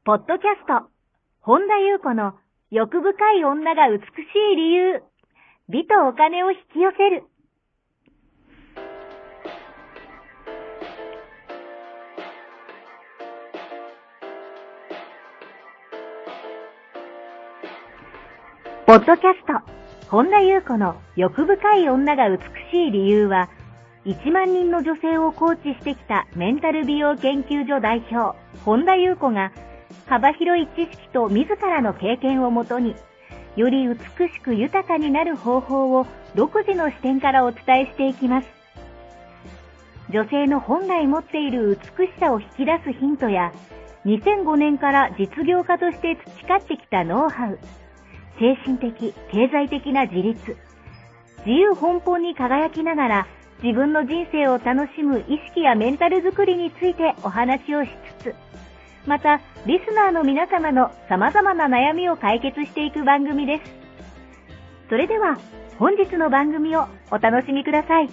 ポッドキャスト、本田裕子の欲深い女が美しい理由、美とお金を引き寄せる。ポッドキャスト、本田裕子の欲深い女が美しい理由は、1万人の女性をコーチしてきたメンタル美容研究所代表、本田裕子が、幅広い知識と自らの経験をもとに、より美しく豊かになる方法を独自の視点からお伝えしていきます。女性の本来持っている美しさを引き出すヒントや、2005年から実業家として培ってきたノウハウ、精神的、経済的な自立、自由奔放に輝きながら自分の人生を楽しむ意識やメンタルづくりについてお話をしつつ、またリスナーの皆様の様々な悩みを解決していく番組です。それでは本日の番組をお楽しみください。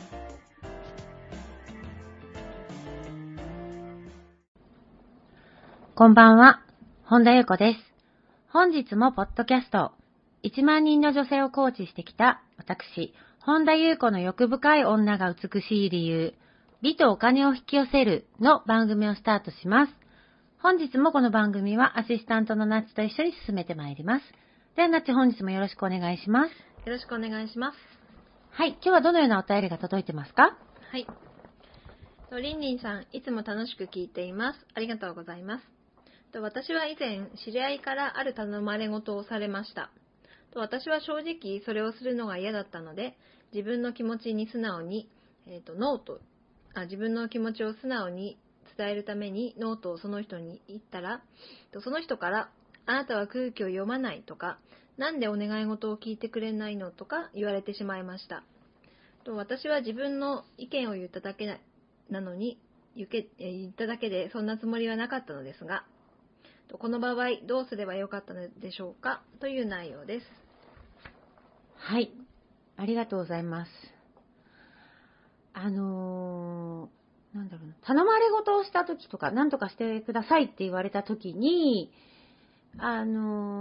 こんばんは、本田裕子です。本日もポッドキャスト、1万人の女性をコーチしてきた私、本田裕子の欲深い女が美しい理由、美とお金を引き寄せるの番組をスタートします。本日もこの番組はアシスタントのナッチと一緒に進めてまいります。ではナッチ、本日もよろしくお願いします。 よろしくお願いします。 はい、今日はどのようなお便りが届いてますか？ はい。りんりんさん、いつも楽しく聞いています。ありがとうございます。私は以前、知り合いからある頼まれ事をされました。私は正直それをするのが嫌だったので、自分の気持ちに素直に、自分の気持ちを素直に伝えるためにノートをその人に言ったら、その人から、あなたは空気を読まないとか、なんでお願い事を聞いてくれないのとか言われてしまいました。私は自分の意見を言っただけなのに、言っただけでそんなつもりはなかったのですが、この場合どうすればよかったのでしょうかという内容です。 はい、ありがとうございます。なんだろうな、頼まれ事をした時とか、何とかしてくださいって言われた時に、なん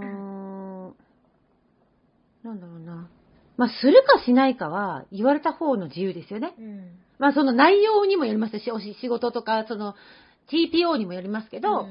だろうな、するかしないかは言われた方の自由ですよね。その内容にもよりますし、仕事とか、その TPO にもよりますけど、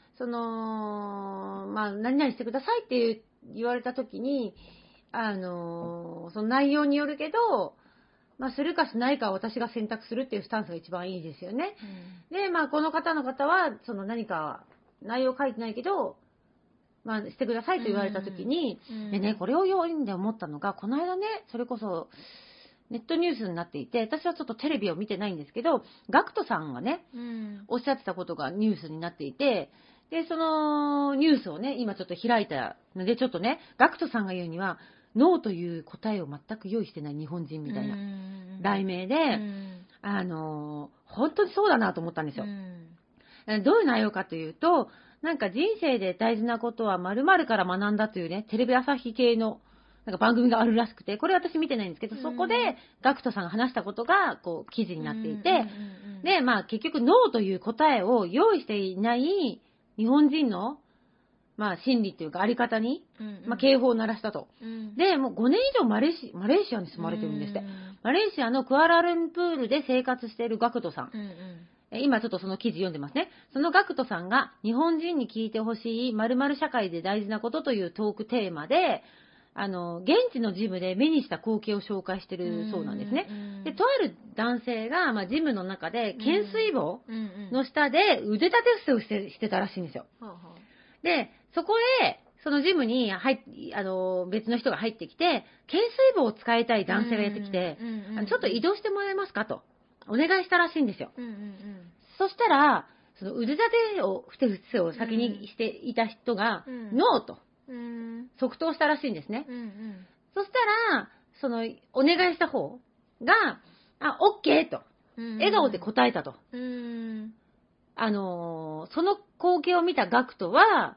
何々してくださいって言われた時に、その内容によるけど、するかしないかは私が選択するっていうスタンスが一番いいですよね。で、この方は、その何か内容書いてないけど、してくださいと言われたときに、でね、これを読んで思ったのが、この間ね、それこそネットニュースになっていて、私はちょっとテレビを見てないんですけど、ガクトさんがね、おっしゃってたことがニュースになっていて、で、そのニュースをね、今ちょっと開いたので、ちょっとね、ガクトさんが言うには、ノーという答えを全く用意してない日本人みたいな題名で、本当にそうだなと思ったんですよ。どういう内容かというと、なんか人生で大事なことは〇〇から学んだというね、テレビ朝日系のなんか番組があるらしくて、これ私見てないんですけど、そこでガクトさんが話したことがこう記事になっていて、で、結局ノーという答えを用意していない日本人の心理というかあり方に、警報を鳴らしたと。で、もう5年以上マレーシアに住まれてるんですって。マレーシアのクアラルンプールで生活しているガクトさん。今ちょっとその記事読んでますね。そのガクトさんが日本人に聞いてほしい〇〇社会で大事なことというトークテーマで、現地のジムで目にした光景を紹介してるそうなんですね。で、とある男性が、ジムの中で懸垂棒の下で腕立て伏せをしてたらしいんですよ。で、そこへ、そのジムに別の人が入ってきて、懸垂棒を使いたい男性がやってきて、ちょっと移動してもらえますかと、お願いしたらしいんですよ。そしたら、その腕立て伏せを先にしていた人が、ノーと、即答したらしいんですね。そしたら、その、お願いした方が、オッケーと、笑顔で答えたと。その光景を見たガクトは、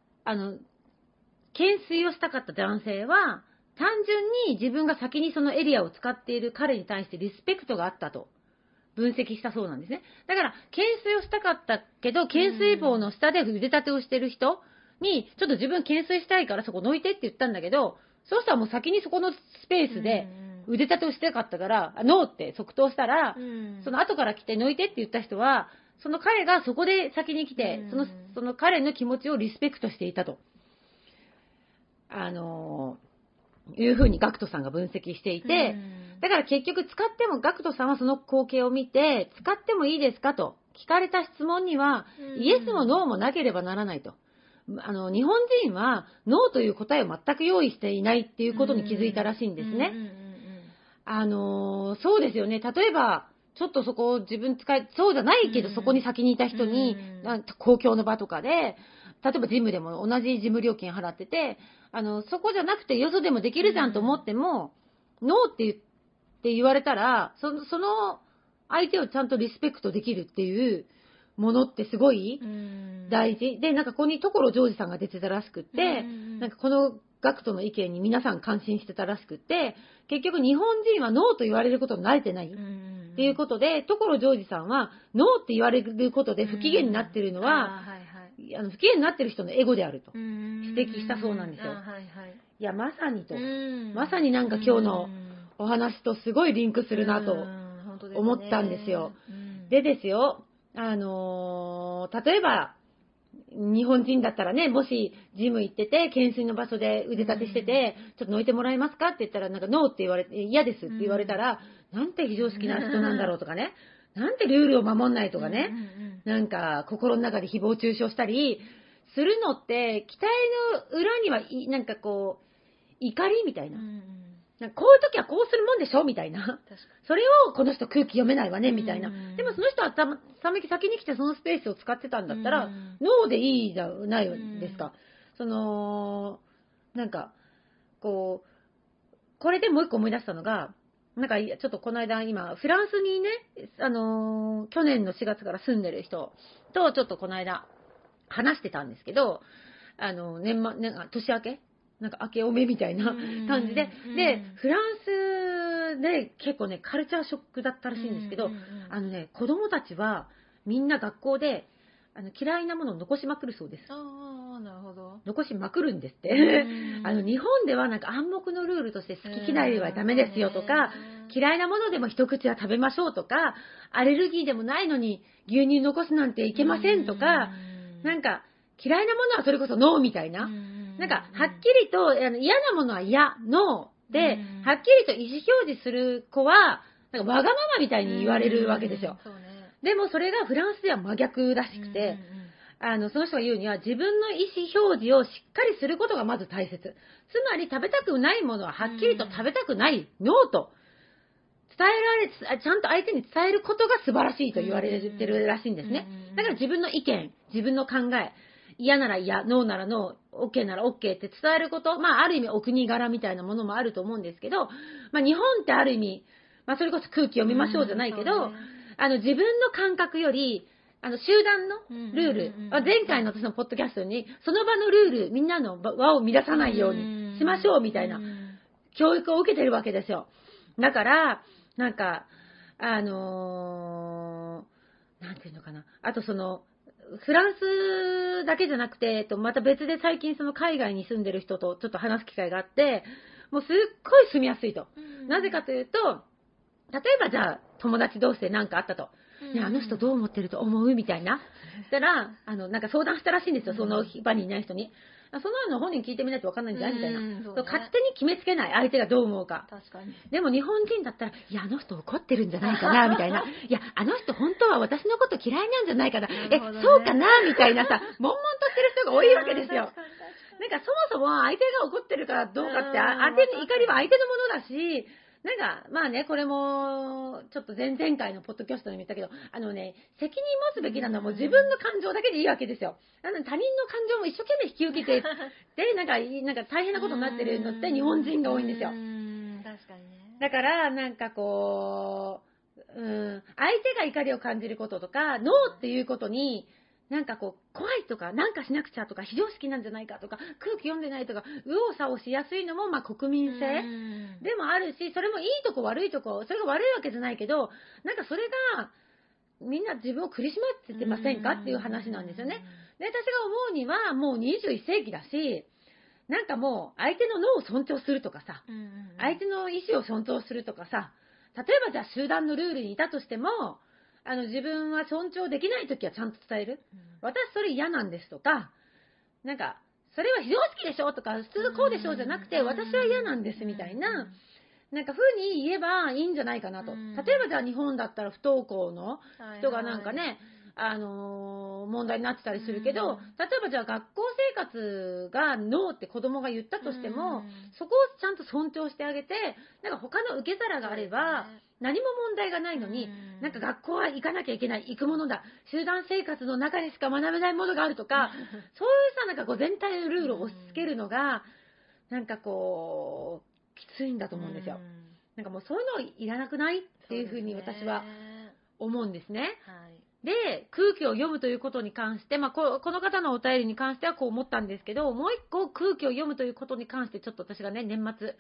懸垂をしたかった男性は、単純に自分が先にそのエリアを使っている彼に対してリスペクトがあったと分析したそうなんですね。だから、懸垂をしたかったけど、懸垂棒の下で腕立てをしてる人に、ちょっと自分懸垂したいからそこ抜いてって言ったんだけど、そうしたらもう先にそこのスペースで腕立てをしたかったから、ノーって即答したら、その後から来て抜いてって言った人は、その彼がそこで先に来て、その彼の気持ちをリスペクトしていたと。いうふうにガクトさんが分析していて、だから結局使ってもガクトさんはその光景を見て、使ってもいいですかと聞かれた質問には、イエスもノーもなければならないと。日本人はノーという答えを全く用意していないっていうことに気づいたらしいんですね。そうですよね。例えば、ちょっとそこを自分そうじゃないけど、そこに先にいた人に、公共の場とかで、例えばジムでも同じ事務料金払ってて、そこじゃなくてよそでもできるじゃんと思っても、ノーって言われたら、その相手をちゃんとリスペクトできるっていうものってすごい大事。で、なんかここに所ジョージさんが出てたらしくって、なんかこのガクトの意見に皆さん感心してたらしくって、結局日本人はノーと言われることに慣れてないっていうことで、所ジョージさんはノーって言われることで不機嫌になってるのは、不機嫌になってる人のエゴであると指摘したそうなんですよ。いや、まさにと。まさになんか今日のお話とすごいリンクするなと思ったんですよ。でですよ、例えば、日本人だったらね、もしジム行ってて、懸垂の場所で腕立てしてて、ちょっと抜いてもらえますかって言ったら、なんかノーって言われて、嫌ですって言われたら、なんて非常識な人なんだろうとかね、なんてルールを守んないとかね、なんか心の中で誹謗中傷したりするのって、期待の裏には、なんかこう、怒りみたいな。なんかこういう時はこうするもんでしょみたいな。それをこの人空気読めないわねみたいな。でもその人は先に来てそのスペースを使ってたんだったら、ノーでいいじゃないですか。なんか、これでもう一個思い出したのが、なんかちょっとこの間今、フランスにね、去年の4月から住んでる人とちょっとこの間話してたんですけど、年明けなんか明けおめみたいな感じで、で、フランスで結構ね、カルチャーショックだったらしいんですけど、子供たちはみんな学校で嫌いなものを残しまくるそうです。 なるほど。 残しまくるんですって。日本ではなんか暗黙のルールとして好き嫌いはダメですよとか、嫌いなものでも一口は食べましょうとか、アレルギーでもないのに牛乳残すなんていけませんとか、なんか嫌いなものはそれこそノーみたいな。なんか、はっきりと、嫌なものは嫌、ノーで、はっきりと意思表示する子は、なんかわがままみたいに言われるわけですよ。でもそれがフランスでは真逆らしくて、その人が言うには、自分の意思表示をしっかりすることがまず大切。つまり、食べたくないものははっきりと食べたくない、ノーと伝えられ、ちゃんと相手に伝えることが素晴らしいと言われてるらしいんですね。だから自分の意見、自分の考え、嫌なら嫌、ノーならノー、OK なら OK って伝えること、ある意味お国柄みたいなものもあると思うんですけど、日本ってある意味、それこそ空気読みましょうじゃないけど、自分の感覚より、集団のルール、前回の私のポッドキャストに、その場のルール、みんなの輪を乱さないようにしましょうみたいな教育を受けてるわけですよ。だから、なんか、なんていうのかな。あとフランスだけじゃなくて、また別で最近その海外に住んでる人とちょっと話す機会があって、もうすっごい住みやすいと。なぜかというと、例えばじゃあ友達同士で何かあったと。ね、あの人どう思ってると思うみたいな。そしたら、なんか相談したらしいんですよ、その場にいない人に。その本人聞いてみないと分かんないんじゃないみたいな、勝手に決めつけない、相手がどう思うか。 確かに。 でも日本人だったら、いや、あの人怒ってるんじゃないかな、みたいな。いや、あの人本当は私のこと嫌いなんじゃないかな。そうかな、みたいなさ、悶々としてる人が多いわけですよ。なんかそもそも相手が怒ってるからどうかって、相手の怒りは相手のものだし、なんかこれも、ちょっと前々回のポッドキャストでも言ったけど、責任持つべきなのはもう自分の感情だけでいいわけですよ。他人の感情も一生懸命引き受けて、で、なんか大変なことになってるのって日本人が多いんですよ。 確かにね。 だから、なんかこう、相手が怒りを感じることとか、ノーっていうことに、 なんかこう、怖いとか、なんかしなくちゃとか、非常識なんじゃないかとか、空気読んでないとか、右往左往しやすいのも、まあ国民性でもあるし、それもいいとこ悪いとこ、それが悪いわけじゃないけど、なんかそれが、みんな自分を苦しませてませんかっていう話なんですよね。で、私が思うには、もう21世紀だし、なんかもう相手の脳を尊重するとかさ、相手の意思を尊重するとかさ、例えばじゃあ集団のルールにいたとしても、自分は尊重できないときはちゃんと伝える。私それ嫌なんですとか、なんか、それは非常識でしょとか、普通こうでしょじゃなくて、私は嫌なんですみたいな、なんか風に言えばいいんじゃないかなと。例えばじゃあ日本だったら不登校の人がなんかね、問題になってたりするけど、例えばじゃあ学校生活がノーって子供が言ったとしても、そこをちゃんと尊重してあげて、なんか他の受け皿があれば、何も問題がないのに、なんか学校は行かなきゃいけない、行くものだ、集団生活の中にしか学べないものがあるとか、そういうさ、なんかこう全体のルールを押し付けるのが、なんかこう、きついんだと思うんですよ。なんかもうそういうのいらなくないっていうふうに私は思うんですね。で、空気を読むということに関して、まあ、この方のお便りに関してはこう思ったんですけど、もう一個空気を読むということに関してちょっと私がね、年末、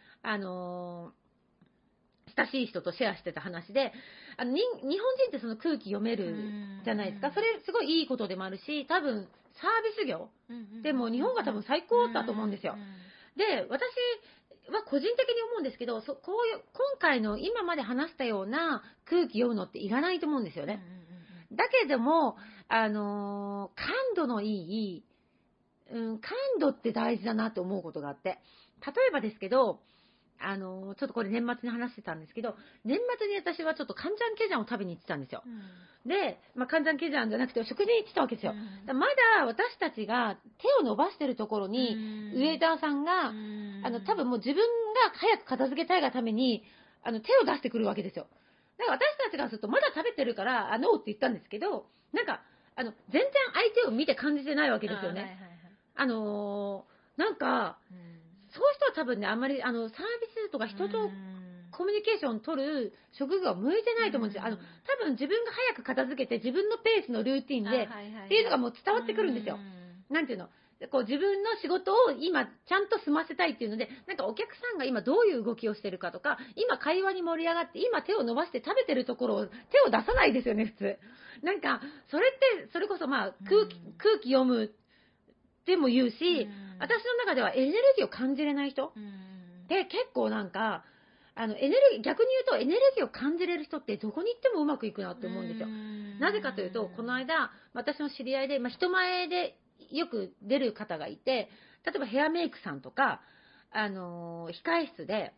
親しい人とシェアしてた話で、日本人ってその空気読めるじゃないですか。それすごいいいことでもあるし、多分サービス業でも日本が多分最高だと思うんですよ。で、私は個人的に思うんですけど、こういう、今回の今まで話したような空気読むのっていらないと思うんですよね。だけども、感度のいい、感度って大事だなって思うことがあって、例えばですけど、ちょっとこれ年末に話してたんですけど、年末に私はちょっとカンジャンケジャンを食べに行ってたんですよ。で、まあ、カンジャンケジャンじゃなくて食事に行ってたわけですよ。まだ私たちが手を伸ばしてるところに、上田さんが、多分もう自分が早く片付けたいがために、手を出してくるわけですよ。だから私たちがすると、まだ食べてるから、ノーって言ったんですけど、なんか、全然相手を見て感じてないわけですよね。なんか、そういう人は多分ね、あんまり、サービスとか人とコミュニケーション取る職業は向いてないと思うんですよ。多分自分が早く片付けて、自分のペースのルーティンで、っていうのがもう伝わってくるんですよ。なんていうの。こう自分の仕事を今ちゃんと済ませたいっていうので、なんかお客さんが今どういう動きをしてるかとか、今会話に盛り上がって、今手を伸ばして食べてるところを手を出さないですよね、普通。なんか、それって、それこそまあ空気読むっても言うし、私の中ではエネルギーを感じれない人で結構なんか、逆に言うとエネルギーを感じれる人ってどこに行ってもうまくいくなって思うんですよ。なぜかというと、この間、私の知り合いで、まあ、人前でよく出る方がいて、例えばヘアメイクさんとか、控え室で、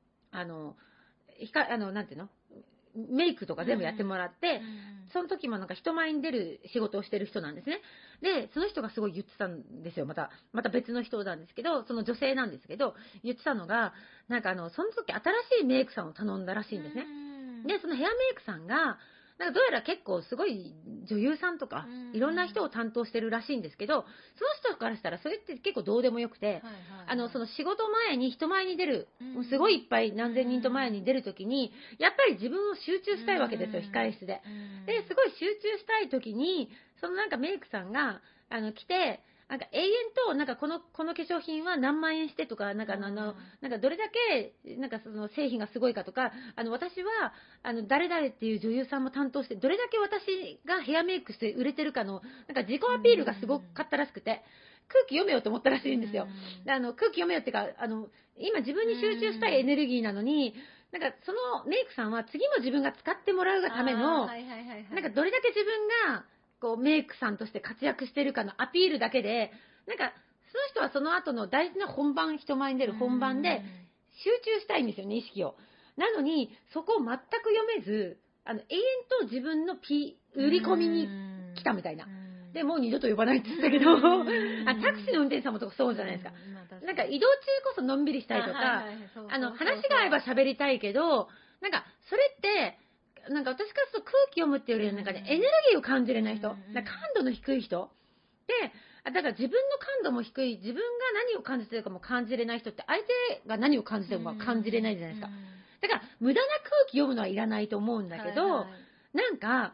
なんていうのメイクとか全部やってもらって、その時もなんか人前に出る仕事をしてる人なんですね。で、その人がすごい言ってたんですよ。また別の人なんですけど、その女性なんですけど、言ってたのが、なんかその時新しいメイクさんを頼んだらしいんですね。で、そのヘアメイクさんが、なんかどうやら結構すごい女優さんとか、いろんな人を担当してるらしいんですけど、その人からしたらそれって結構どうでもよくて、その仕事前に人前に出る、すごいいっぱい何千人と前に出るときに、やっぱり自分を集中したいわけですよ、控え室で。で、すごい集中したいときに、そのなんかメイクさんが、来て、なんか永遠と、なんかこの化粧品は何万円してとか、なんかなんかどれだけ、なんかその製品がすごいかとか、私は、誰々っていう女優さんも担当して、どれだけ私がヘアメイクして売れてるかの、なんか自己アピールがすごかったらしくて、空気読めようと思ったらしいんですよ。空気読めようっていうか、今自分に集中したいエネルギーなのに、なんかそのメイクさんは次も自分が使ってもらうがための、なんかどれだけ自分が、こうメイクさんとして活躍してるかのアピールだけで、なんかその人はその後の大事な本番、人前に出る本番で集中したいんですよね、意識を。なのにそこを全く読めず、永遠と自分の売り込みに来たみたいな。でもう二度と呼ばないって言ったけど、タクシーの運転手さんもとかそうじゃないですか。なんか移動中こそのんびりしたいとか、話が合えば喋りたいけど、なんかそれってなんか私からすると空気読むっていうよりなんかね、エネルギーを感じれない人、感度の低い人で、だから自分の感度も低い、自分が何を感じてるかも感じれない人って相手が何を感じてるかも感じれないじゃないですか。だから無駄な空気読むのはいらないと思うんだけど、なんか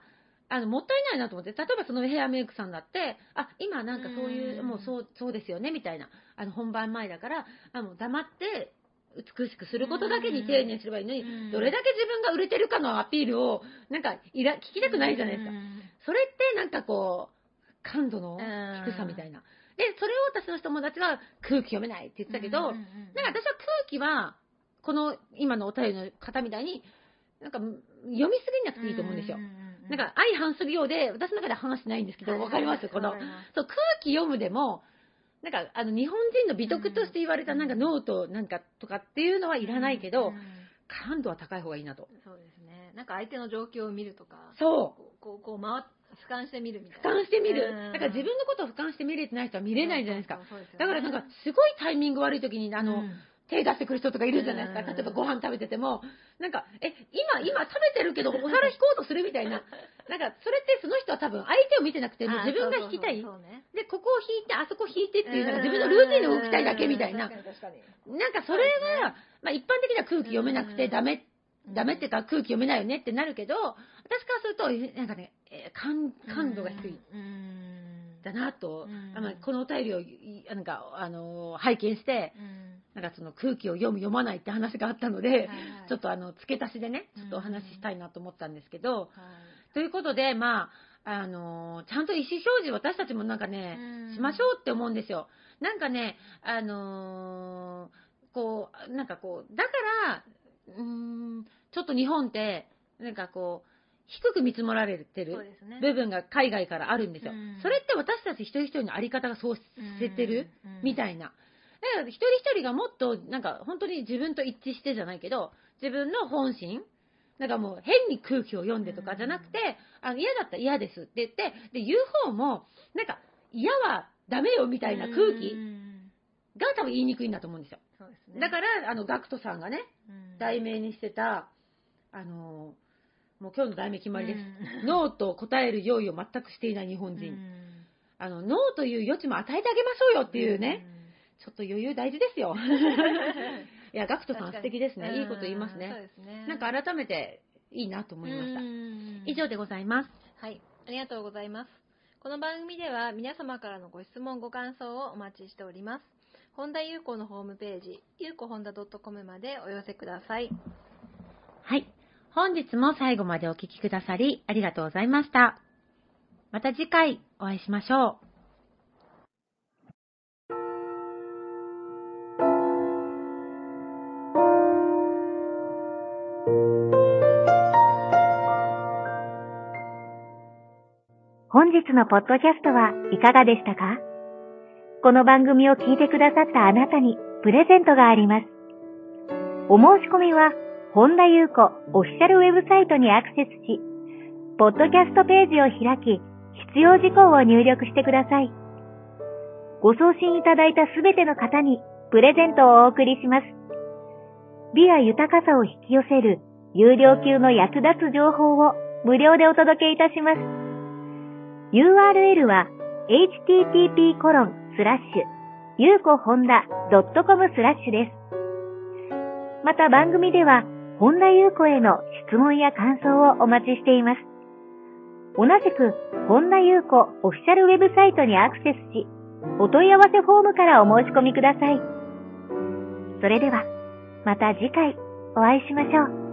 もったいないなと思って、例えばそのヘアメイクさんだって、今なんかそういう、もうそうですよね、みたいな。本番前だから、もう黙って、美しくすることだけに丁寧にすればいいのに、どれだけ自分が売れてるかのアピールを、なんか、聞きたくないじゃないですか。それってなんかこう、感度の低さみたいな。で、それを私の友達は空気読めないって言ってたけど、なんか私は空気は、この今のお便りの方みたいに、なんか読みすぎなくていいと思うんですよ。なんか相反するようで、私の中では話してないんですけど、わかります？そう、空気読むでも、なんか日本人の美徳として言われたなんかノートなんかとかっていうのはいらないけど、感度は高い方がいいなと。 そうですね。なんか相手の状況を見るとか、 そう。 こう俯瞰してみるみたいな。俯瞰してみる。だから自分のことを俯瞰して見れてない人は見れないじゃないですか。だからなんかすごいタイミング悪い時に手出してくる人とかいるじゃないですか。例えばご飯食べてても、なんか、今食べてるけどお皿引こうとするみたいな。なんか、それってその人は多分相手を見てなくて、も自分が引きたい。で、ここを引いて、あそこ引いてっていう、なんか自分のルーティンで動きたいだけみたいな。なんかそれが、一般的な空気読めなくてダメっていうか空気読めないよねってなるけど、私からすると、なんかね、感度が低い。だなと、このお便りをなんか拝見して、なんかその空気を読まないって話があったので、ちょっと付け足しでね、ちょっとお話ししたいなと思ったんですけど、ということで、ちゃんと意思表示私たちもなんかね、しましょうって思うんですよ。なんかね、こう、なんかこう、だから、ちょっと日本って、なんかこう、低く見積もられてる部分が海外からあるんですよ。それって私たち一人一人の在り方がそうしてるみたいな。だから一人一人がもっとなんか本当に自分と一致してじゃないけど、自分の本心、なんかもう変に空気を読んでとかじゃなくて、嫌だったら嫌ですって言って、で、言う方も、なんか嫌はダメよみたいな空気が多分言いにくいんだと思うんですよ。そうですね。だから、ガクトさんがね、題名にしてた、もう今日の題名決まりです。ノーと答える用意を全くしていない日本人。ノーという余地も与えてあげましょうよっていうね。ちょっと余裕大事ですよ。いや、ガクトさん素敵ですね。いいこと言いますね。そうですね。なんか改めていいなと思いました。以上でございます。 はい。ありがとうございます。この番組では皆様からのご質問ご感想をお待ちしております。本田裕子のホームページ、ゆうこほんだ .com までお寄せください。 はい。本日も最後までお聞きくださりありがとうございました。また次回お会いしましょう。 本日のポッドキャストはいかがでしたか？この番組を聞いてくださったあなたにプレゼントがあります。お申し込みは本田裕子オフィシャルウェブサイトにアクセスし、ポッドキャストページを開き、必要事項を入力してください。ご送信いただいたすべての方にプレゼントをお送りします。美や豊かさを引き寄せる有料級の役立つ情報を無料でお届けいたします。URL は http://yukohonda.com/ です。また番組では本田裕子への質問や感想をお待ちしています。同じく本田裕子オフィシャルウェブサイトにアクセスし、お問い合わせフォームからお申し込みください。それではまた次回お会いしましょう。